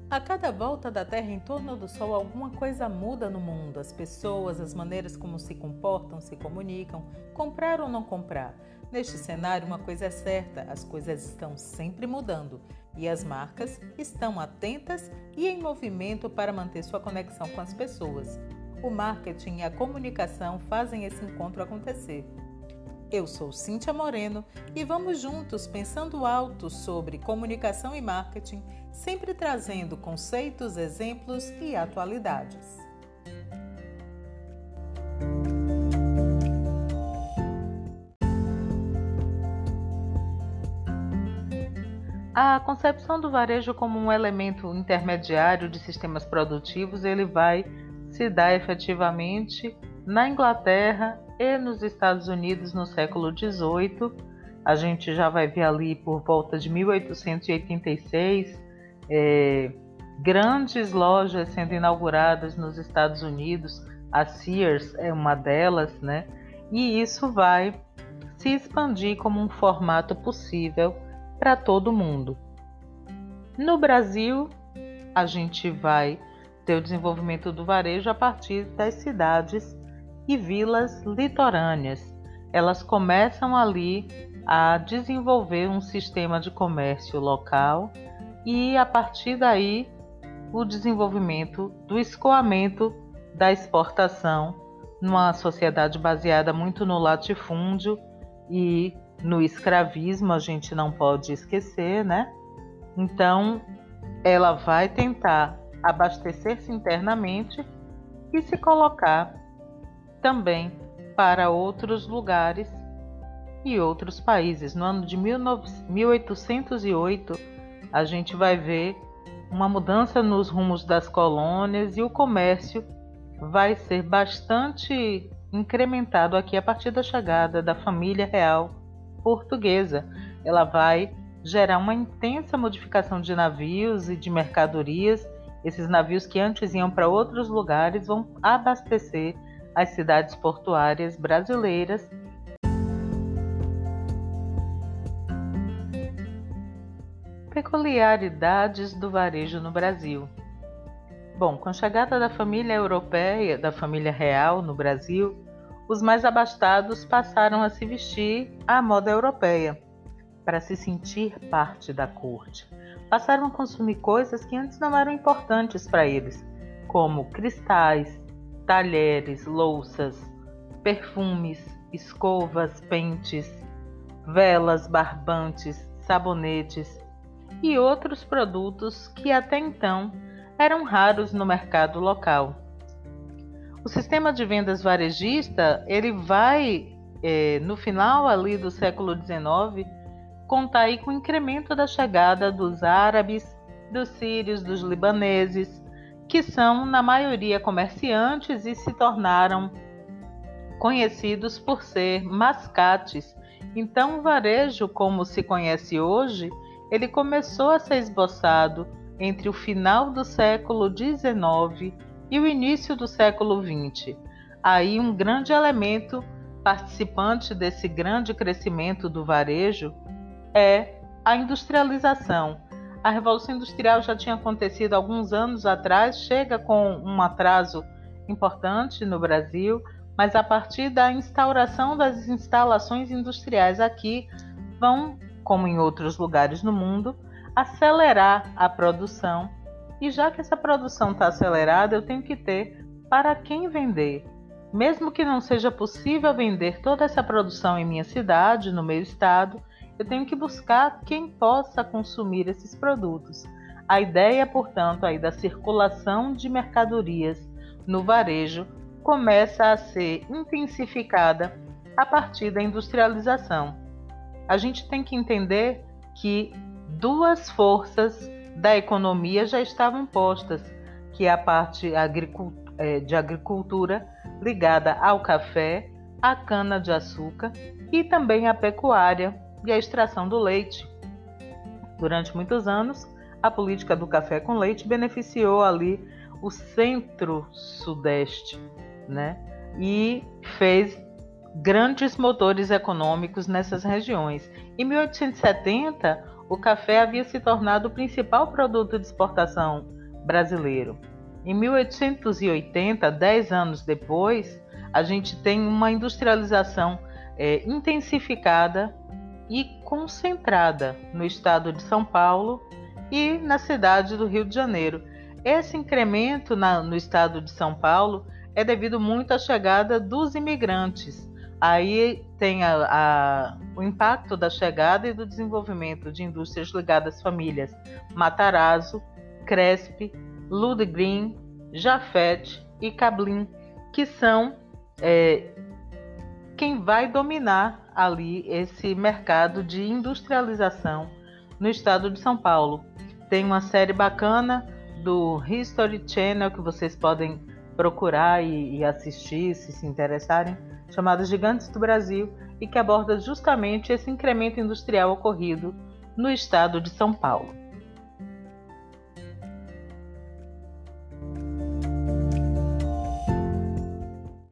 A cada volta da Terra em torno do Sol, alguma coisa muda no mundo. As pessoas, as maneiras como se comportam, se comunicam, comprar ou não comprar. Neste cenário, uma coisa é certa: as coisas estão sempre mudando e as marcas estão atentas e em movimento para manter sua conexão com as pessoas. O marketing e a comunicação fazem esse encontro acontecer. Eu sou Cíntia Moreno e vamos juntos pensando alto sobre comunicação e marketing, sempre trazendo conceitos, exemplos e atualidades. A concepção do varejo como um elemento intermediário de sistemas produtivos, ele vai se dar efetivamente na Inglaterra e nos Estados Unidos no século XVIII. A gente já vai ver ali por volta de 1886 grandes lojas sendo inauguradas nos Estados Unidos. A Sears é uma delas, né? E isso vai se expandir como um formato possível para todo mundo. No Brasil, a gente vai ter o desenvolvimento do varejo a partir das cidades e vilas litorâneas. Elas começam ali a desenvolver um sistema de comércio local e, a partir daí, o desenvolvimento do escoamento da exportação numa sociedade baseada muito no latifúndio e no escravismo, a gente não pode esquecer, né? Então, ela vai tentar abastecer-se internamente e se colocar também para outros lugares e outros países. No ano de 1808, a gente vai ver uma mudança nos rumos das colônias e o comércio vai ser bastante incrementado aqui a partir da chegada da família real portuguesa. Ela vai gerar uma intensa modificação de navios e de mercadorias. Esses navios que antes iam para outros lugares vão abastecer as cidades portuárias brasileiras. Peculiaridades do varejo no Brasil. Bom, com a chegada da família europeia, da família real no Brasil, os mais abastados passaram a se vestir à moda europeia, para se sentir parte da corte. Passaram a consumir coisas que antes não eram importantes para eles, como cristais, talheres, louças, perfumes, escovas, pentes, velas, barbantes, sabonetes e outros produtos que até então eram raros no mercado local. O sistema de vendas varejista, ele vai, no final ali do século XIX, contar aí com o incremento da chegada dos árabes, dos sírios, dos libaneses, que são, na maioria, comerciantes e se tornaram conhecidos por ser mascates. Então, o varejo, como se conhece hoje, ele começou a ser esboçado entre o final do século XIX e o início do século XX. Aí um grande elemento participante desse grande crescimento do varejo é a industrialização. A Revolução Industrial já tinha acontecido alguns anos atrás, chega com um atraso importante no Brasil, mas a partir da instauração das instalações industriais aqui, vão, como em outros lugares no mundo, acelerar a produção. E já que essa produção está acelerada, eu tenho que ter para quem vender. Mesmo que não seja possível vender toda essa produção em minha cidade, no meu estado, eu tenho que buscar quem possa consumir esses produtos. A ideia, portanto, aí da circulação de mercadorias no varejo começa a ser intensificada a partir da industrialização. A gente tem que entender que duas forças da economia já estavam postas, que é a parte de agricultura ligada ao café, à cana-de-açúcar e também à pecuária e à extração do leite. Durante muitos anos, a política do café com leite beneficiou ali o centro-sudeste, né? E fez grandes motores econômicos nessas regiões. Em 1870, o café havia se tornado o principal produto de exportação brasileiro. Em 1880, 10 anos depois, a gente tem uma industrialização intensificada e concentrada no estado de São Paulo e na cidade do Rio de Janeiro. Esse incremento no estado de São Paulo é devido muito à chegada dos imigrantes. Aí tem o impacto da chegada e do desenvolvimento de indústrias ligadas às famílias Matarazzo, Crespi, Ludgren, Jafet e Cablin, que são quem vai dominar ali esse mercado de industrialização no estado de São Paulo. Tem uma série bacana do History Channel que vocês podem procurar e assistir se interessarem, chamada Gigantes do Brasil, e que aborda justamente esse incremento industrial ocorrido no estado de São Paulo.